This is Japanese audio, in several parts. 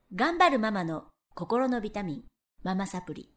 頑張るママの心のビタミン、ママサプリ。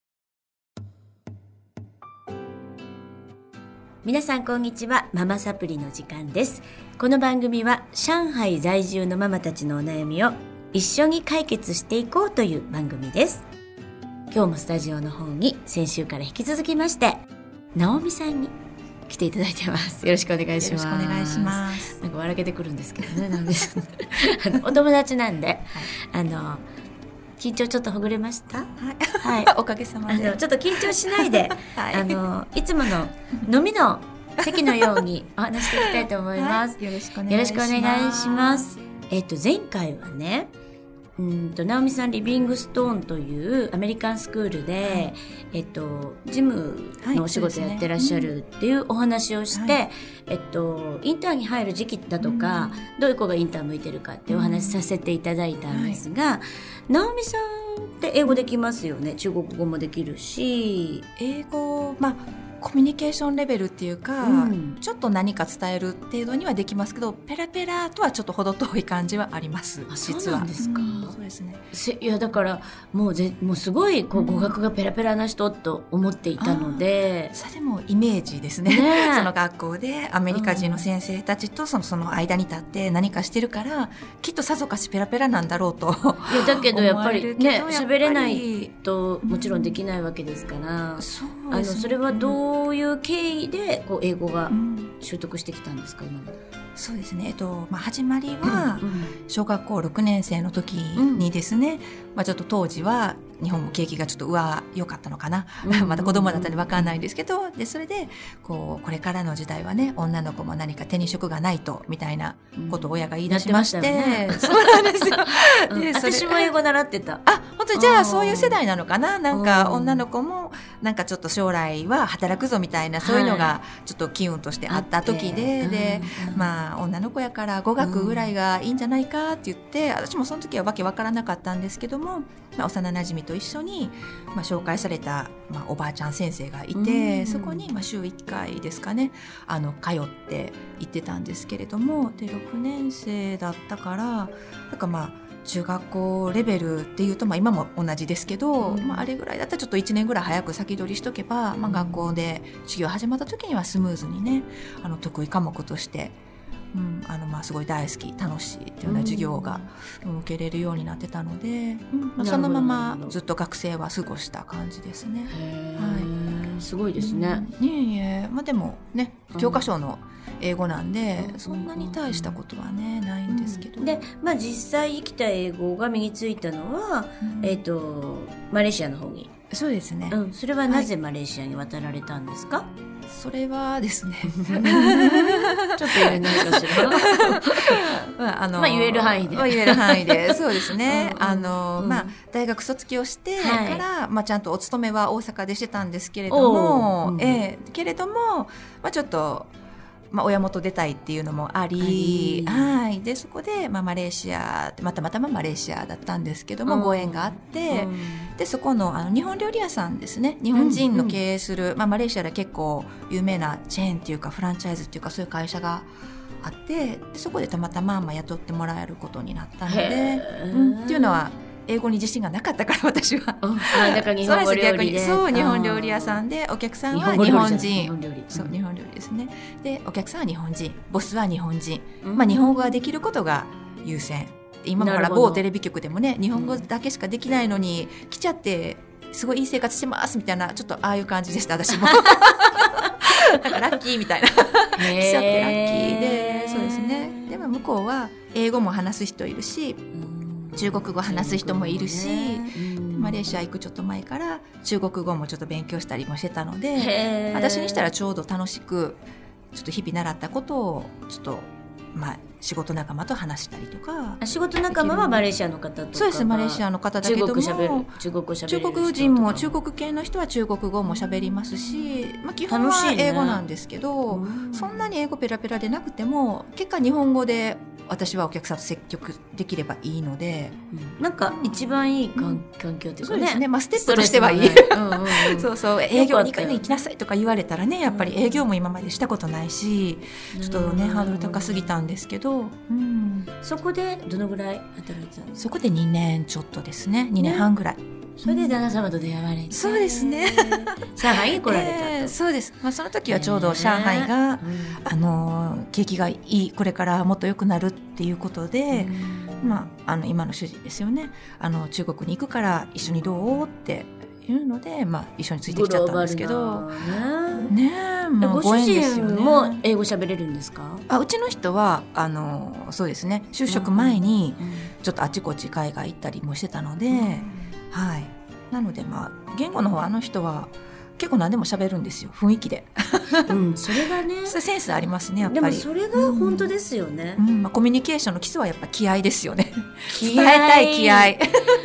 皆さんこんにちは。ママサプリの時間です。この番組は上海在住のママたちのお悩みを一緒に解決していこうという番組です。今日もスタジオの方に先週から引き続きまして直美さんに来ていただいてます。よろしくお願いします。 よろしくお願いします。 なんか笑けてくるんですけどね、直美さんお友達なんで、緊張ちょっとほぐれました？ はい、おかげさまで。 ちょっと緊張しないで、はい、いつもの飲みの席のようにお話していきたいと思います。 はい、よろしくお願いします。 前回はね、直美さんリビングストーンというアメリカンスクールで、はい、事務のお仕事やってらっしゃるっていうお話をして、はい、インターンに入る時期だとか、どういう子がインターン向いてるかっていうお話させていただいたんですが、はい、直美さんって英語できますよね。中国語もできるし、 英語、コミュニケーションレベルっていうか、ちょっと何か伝える程度にはできますけど、ペラペラとはちょっと程遠い感じはあります。実は。 そうなんですか。 そうですね。 いやだからもうすごい語学がペラペラな人と思っていたので、 それでもイメージですね。その学校でアメリカ人の先生たちとその間に立って何かしてるから、きっとさぞかしペラペラなんだろうと。 いやだけどやっぱりね、喋れないともちろんできないわけですから、 そうですね。 それはどういう経緯で英語が習得してきたんですか、今まで？ そうですね、始まりは小学校6年生の時にですね、ちょっと当時は日本も景気がちょっと良かったのかな、まだ子供だったんで分かんないんですけど、でそれでこれからの時代はね、女の子も何か手に職がないとみたいなことを親が言い出しまして、 ね、 そうなんですよ。 で私も英語習ってた。 本当にじゃあそういう世代なのかな。なんか女の子もなんかちょっと将来は働くぞみたいな、そういうのがちょっと機運としてあった時で、女の子やから語学ぐらいがいいんじゃないかって言って、私もその時はわけわからなかったんですけども、幼なじみと一緒に、紹介された、おばあちゃん先生がいて、そこに、週1回ですかね、通って行ってたんですけれども、で6年生だったから、なんか中学校レベルっていうと、今も同じですけど、あれぐらいだったらちょっと1年ぐらい早く先取りしとけば、学校で授業始まった時にはスムーズにね、得意科目としてすごい大好き楽しいっていうような授業が受けれるようになってたので、そのままずっと学生は過ごした感じですね。 はい、すごいですね。 でもね、教科書の英語なんで、そんなに大したことはね、ないんですけど、 で、実際生きた英語が身についたのは、マレーシアの方に。 そうですね、 それはなぜマレーシアに渡られたんですか？ それはですねちょっと言えないかしら言える範囲で言える範囲でそうですね大学卒業してから、ちゃんとお勤めは大阪でしてたんですけれども、ちょっと親元出たいっていうのもあり、でそこで、マレーシアたまたまマレーシアだったんですけども、ご縁があって、でそこの、日本料理屋さんですね、日本人の経営する、マレーシアで結構有名なチェーンっていうかフランチャイズっていうか、そういう会社があって、でそこでたまたま雇ってもらえることになったので、っていうのは英語に自信がなかったから、私はだから日本語料理で日本料理屋さんで、お客さんは日本人、そう日本料理ですね。でお客さんは日本人、ボスは日本人、日本語ができることが優先。今から某テレビ局でもね、日本語だけしかできないのに来ちゃってすごいいい生活してますみたいな、ちょっとああいう感じでした、私もなんかラッキーみたいな来ちゃってラッキーで、そうですね。でも向こうは英語も話す人いるし、中国語話す人もいるし、マレーシア行くちょっと前から中国語もちょっと勉強したりもしてたので、私にしたらちょうど楽しく、ちょっと日々習ったことをちょっと仕事仲間と話したりとか。 仕事仲間はマレーシアの方とか？ そうです、マレーシアの方だけども、中国人も中国系の人は中国語も喋りますし、基本は英語なんですけど、そんなに英語ペラペラでなくても結果日本語で私はお客さんと積極できればいいので、 なんか一番いい環境っていうかね、 そうですね、まあ、ステップとしてはいい、そうそう、営業2回目行きなさいとか言われたらね、やっぱり営業も今までしたことないし、ちょっとねハードル高すぎたんですけど、 そこでどのぐらい働いてたんですか？ そこで2年ちょっとですね、2年半ぐらい、 それで旦那様と出会われて、 そうですね、 上海に来られたと、 そうです、まあ、その時はちょうど上海が、景気がいい、これからもっと良くなるっていうことで、まあ、今の主人ですよね、中国に行くから一緒にどうっていうので、まあ、一緒についてきちゃったんですけどねえ、もうご縁ですよね。 ご主人も英語喋れるんですか？ うちの人はそうですね、就職前にちょっとあちこち海外行ったりもしてたので、はい、なので、まあ、言語の方は人は結構何でも喋るんですよ、雰囲気で、 それがね、 それセンスありますね、やっぱり。 でもそれが本当ですよね、 まあ、コミュニケーションの基礎はやっぱ気合ですよね伝えたい気合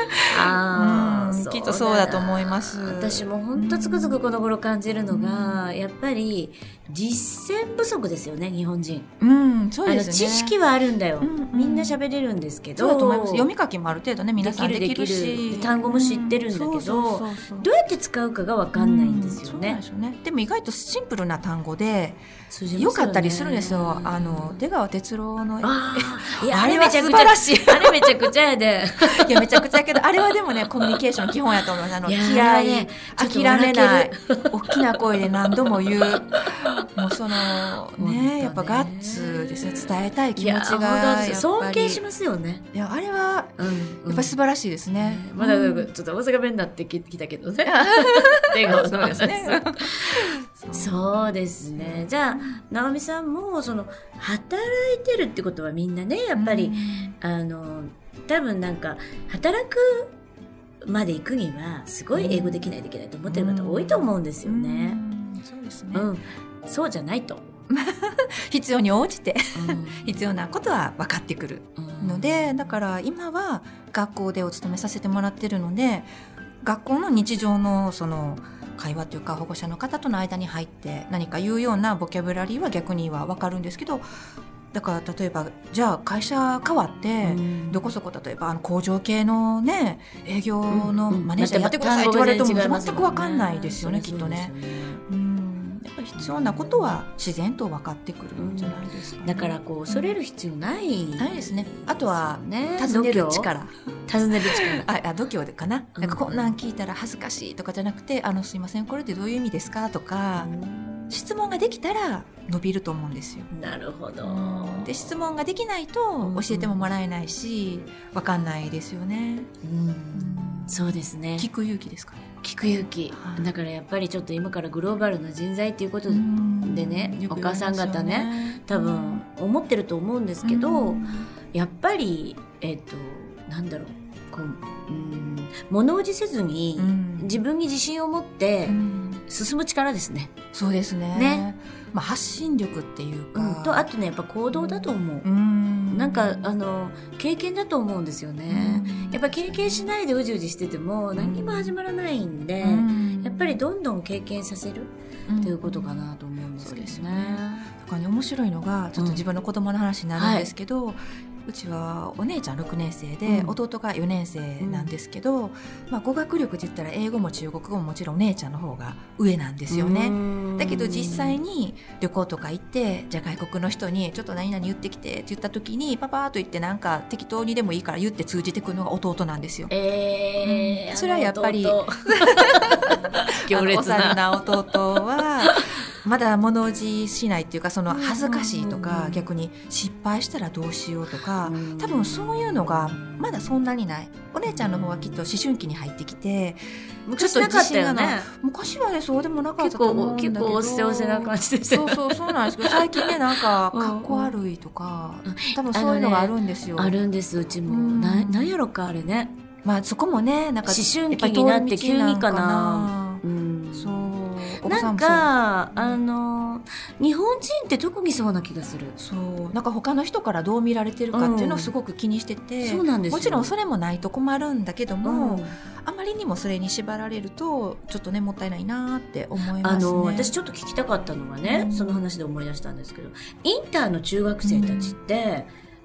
きっとそうだと思います。 私も本当つくづくこの頃感じるのが、やっぱり実践不足ですよね、日本人。 そうですね、 知識はあるんだよ、みんな喋れるんですけど、 そうだと思います。読み書きもある程度ね、皆さんできるし、 単語も知ってるんだけど、どうやって使うかが分かんないんですよね。 でも意外とシンプルな単語で良かったりするんですよ。出川哲朗のあれめちゃくちゃ素晴らしいあれめちゃくちゃやでいやめちゃくちゃやけど、あれはでもねコミュニケーションの基本やと思います。気合い、諦めない、大きな声で何度も言うもうそのね、やっぱガッツですね、伝えたい気持ちがやっぱり尊敬しますよね。 いやあれはやっぱり素晴らしいですね。 まだちょっと大阪弁になってきたけどねそうですねそうですね。じゃあ直美さんもその働いてるってことはみんなね、やっぱり、多分なんか働くまで行くにはすごい英語できないといけないと思ってる方多いと思うんですよね。 そうですね、 そうじゃないと必要に応じて必要なことは分かってくるので、だから今は学校でお勤めさせてもらってるので、学校の日常のその会話というか保護者の方との間に入って何か言うようなボキャブラリーは逆には分かるんですけど、だから例えばじゃあ会社変わってどこそこ例えば工場系のね営業のマネージャーやってくださいって言われても全く分かんないですよね、きっとね。やっぱり必要なことは自然と分かってくるんじゃないですかね。 だからこう恐れる必要ないですね。あとは尋ねる力、度胸かな、なんかこんなん聞いたら恥ずかしいとかじゃなくて、すいませんこれってどういう意味ですかとか、質問ができたら伸びると思うんですよ。 なるほど。 で質問ができないと教えてももらえないし、分かんないですよね。 そうですね。 聞く勇気ですかね。 聞く勇気、だからやっぱりちょっと今からグローバルな人材っていうことでね、お母さん方ね多分思ってると思うんですけど、やっぱりなんだろう、物おじせずに自分に自信を持って進む力ですね。 そうですね。まあ、発信力っていうか、 あとねやっぱ行動だと思う。なんか経験だと思うんですよね。やっぱ経験しないでうじうじしてても何にも始まらないんで、やっぱりどんどん経験させるっていうことかなと思うんですけどね。 だからね、面白いのがちょっと自分の子供の話になるんですけど、うちはお姉ちゃん6年生で、弟が4年生なんですけど、語学力って言ったら英語も中国語ももちろんお姉ちゃんの方が上なんですよね。だけど実際に旅行とか行って、じゃあ外国の人にちょっと何々言ってきてって言った時にパパーと言ってなんか適当にでもいいから言って通じてくるのが弟なんですよ。それはやっぱり強烈なお猿な弟はまだ物おじしないっていうか、その恥ずかしいとか、逆に失敗したらどうしようとか、多分そういうのがまだそんなにない。お姉ちゃんの方はきっと思春期に入ってきて、 昔なかったよね。 昔はねそうでもなかったと思うんだけど、 結構おせおせな感じでした。 そうなんですけど、最近ねなんかかっこ悪いとか、多分そういうのがあるんですよ。 あるんです、うちも。なんやろかあれね。 そこもね、なんか思春期になって急にかな。なんか日本人って特にそうな気がする。 なんか他の人からどう見られてるかっていうのをすごく気にしてて、 そうなんですよ。 もちろんそれもないと困るんだけども、あまりにもそれに縛られるとちょっとねもったいないなって思いますね。 私ちょっと聞きたかったのがね、その話で思い出したんですけど、インターの中学生たちって、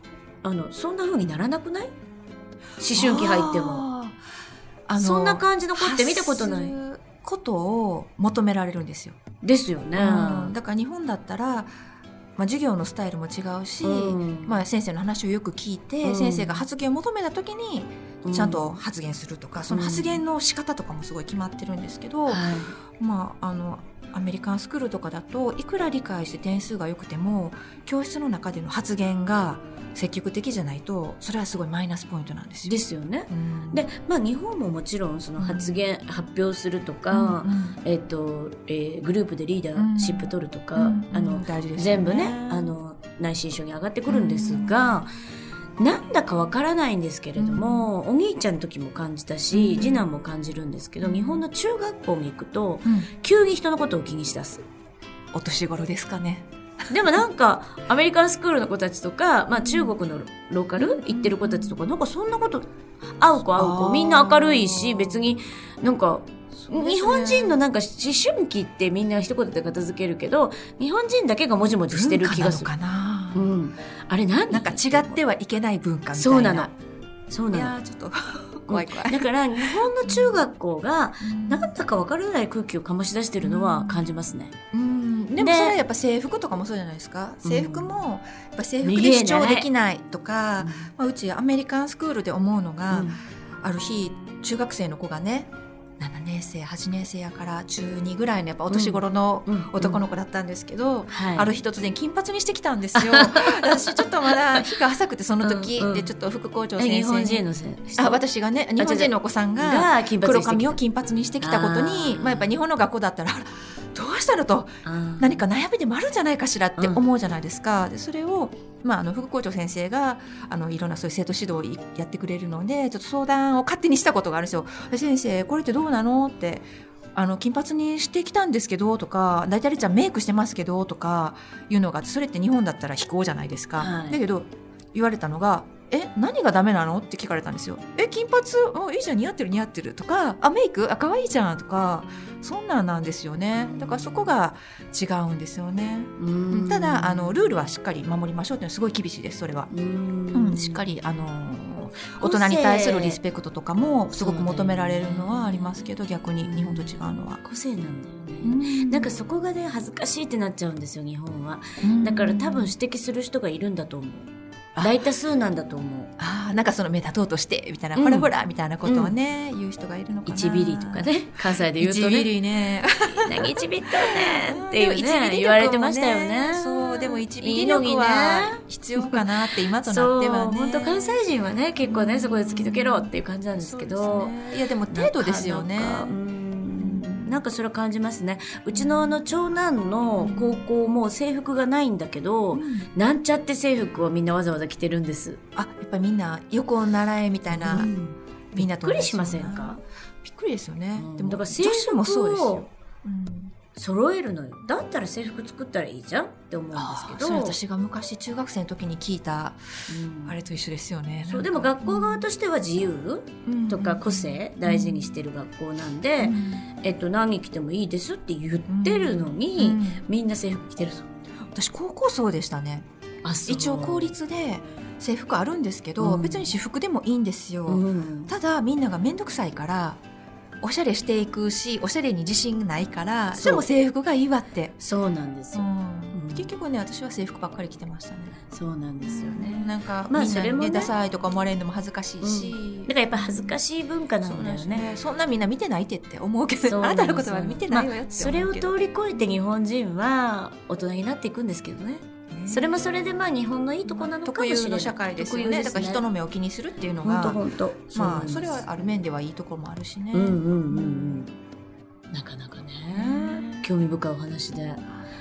そんな風にならなくない？思春期入ってもそんな感じの子って見たことない。 発することを求められるんですよ。 ですよね。 だから日本だったら、授業のスタイルも違うし、先生の話をよく聞いて、先生が発言を求めた時にちゃんと発言するとか、その発言の仕方とかもすごい決まってるんですけど、アメリカンスクールとかだといくら理解して点数が良くても教室の中での発言が積極的じゃないとそれはすごいマイナスポイントなんですよ。 ですよね。で、日本ももちろんその発言、発表するとか、グループでリーダーシップ取るとか、 大事ですよね。 全部ね内申書に上がってくるんですが、なんだかわからないんですけれども、お兄ちゃんの時も感じたし、次男も感じるんですけど、日本の中学校に行くと、急に人のことを気にしだす。 お年頃ですかね。 でもなんかアメリカンスクールの子たちとか、中国のローカル行ってる子たちとか、なんかそんなこと会う子みんな明るいし、別になんか日本人のなんか思春期ってみんな一言で片付けるけど、日本人だけがもじもじしてる気がする。 文化なのかな。 あれなんか違ってはいけない文化みたいな。 そうなの。いやちょっと怖い。 だから日本の中学校がなんだか分からない空気を醸し出してるのは感じますね。 でもそれはやっぱ制服とかもそうじゃないですか。制服もやっぱ制服で主張できないとか、うちアメリカンスクールで思うのが、ある日中学生の子がね、7年生8年生やから中2ぐらいのやっぱお年頃の男の子だったんですけど、ある日突然金髪にしてきたんですよ。私ちょっとまだ日が浅くてその時で、ちょっと副校長先生に、 日本人の私がね、日本人のお子さんが黒髪を金髪にしてきたことに、やっぱ日本の学校だったらどうしたのと、何か悩みでもあるんじゃないかしらって思うじゃないですか。でそれを副校長先生がいろんなそういう生徒指導をやってくれるので、ちょっと相談を勝手にしたことがあるんですよ。先生これってどうなのって金髪にしてきたんですけどとか、大体ちゃんメイクしてますけどとかいうのがあって、それって日本だったら非行じゃないですか。だけど言われたのが、何がダメなのって聞かれたんですよ。金髪いいじゃん、似合ってる似合ってるとか、メイク可愛いじゃんとか、そんなんですよね。だからそこが違うんですよね。ただルールはしっかり守りましょうっていうのはすごい厳しいです。それはしっかり大人に対するリスペクトとかもすごく求められるのはありますけど、逆に日本と違うのは個性なんだよね。なんかそこがね恥ずかしいってなっちゃうんですよ、日本は。だから多分指摘する人がいるんだと思う。大多数なんだと思う。 なんかその目立とうとしてみたいな、ほらほらみたいなことをね、言う人がいるのかな。 1ビリとかね、関西で言うとね、 1ビリね何1ビリだねっていうね、言われてましたよね。 そう、でも1ビリ力は必要かなって今となってはね。 本当関西人はね結構ね、そこで突き抜けろっていう感じなんですけど、 いやでも程度ですよね。 なんかそれを感じますね。うちの長男の高校も制服がないんだけど、なんちゃって制服をみんなわざわざ着てるんです。 やっぱりみんな横習えみたいな、みんなとびっくりしませんか？ びっくりですよね。でもだから制服もそうですよ。揃えるのよ。だったら制服作ったらいいじゃんって思うんですけど、 それ私が昔中学生の時に聞いた、あれと一緒ですよね。 そう、でも学校側としては自由とか個性大事にしてる学校なんで、何着てもいいですって言ってるのに、みんな制服着てるの。 私高校そうでしたね。一応公立で制服あるんですけど、別に私服でもいいんですよ。ただみんなが面倒くさいからおしゃれしていくし、おしゃれに自信ないから、でも制服がいいわって。 そうなんですよ。 結局ね、私は制服ばっかり着てましたね。 そうなんですよね。 なんかみんなにね、ダサいとか思われるのも恥ずかしいし、 だからやっぱ恥ずかしい文化なんだよね。 そんなみんな見てないって思うけど、あなたのことは見てないわよって思うけど、 それを通り越えて日本人は大人になっていくんですけどね。それもそれで日本のいいとこなのかもしれない。 特有の社会ですよね。だから人の目を気にするっていうのが本当それはある面ではいいところもあるしね。 なかなかね、興味深いお話で、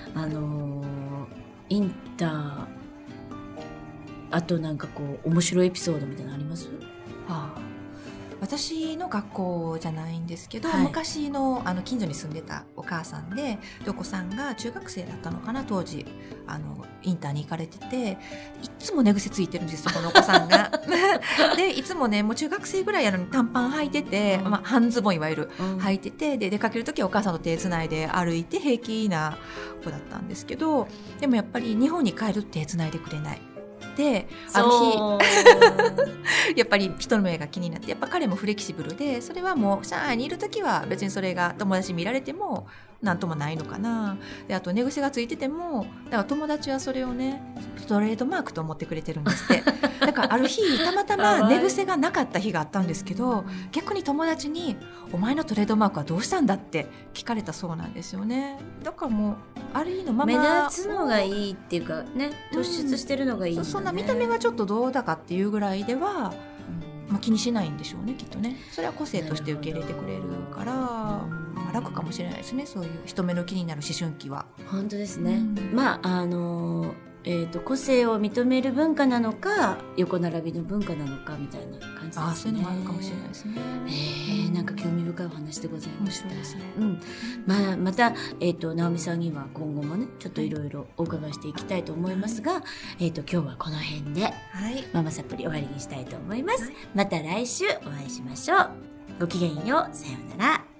インター、あとなんかこう面白いエピソードみたいなのあります？ 私の学校じゃないんですけど、昔の近所に住んでたお母さんで、お子さんが中学生だったのかな、当時インターに行かれてて、いつも寝癖ついてるんですよ、このお子さんがでいつもね、もう中学生ぐらいやのに短パン履いてて、半ズボンいわゆる履いてて、で出かけるときはお母さんと手つないで歩いて平気な子だったんですけど、でもやっぱり日本に帰ると手つないでくれない。 ってある日やっぱり人の目が気になって、やっぱ彼もフレキシブルで、それはもう上海にいる時は別にそれが友達に見られてもなんともないのかな。であと寝癖がついてても、だから友達はそれをねトレードマークと思ってくれてるんですってだからある日たまたま寝癖がなかった日があったんですけど、逆に友達にお前のトレードマークはどうしたんだって聞かれたそうなんですよね。だからもうある意味のまま目立つのがいいっていうかね、突出してるのがいいんだね、 そんな見た目がちょっとどうだかっていうぐらいでは、まあ、気にしないんでしょうねきっとね。それは個性として受け入れてくれるから、まあ、楽かもしれないですね、そういう人目の気になる思春期は。 本当ですね、まあ個性を認める文化なのか横並びの文化なのかみたいな感じですね。 そういうのもあるかもしれないですね。 なんか興味深いお話でございました。 ですね。 まあ、また、直美さんには今後もねちょっといろいろお伺いしていきたいと思いますが、今日はこの辺で、ママサプリ終わりにしたいと思います。また来週お会いしましょう。ごきげんよう。さようなら。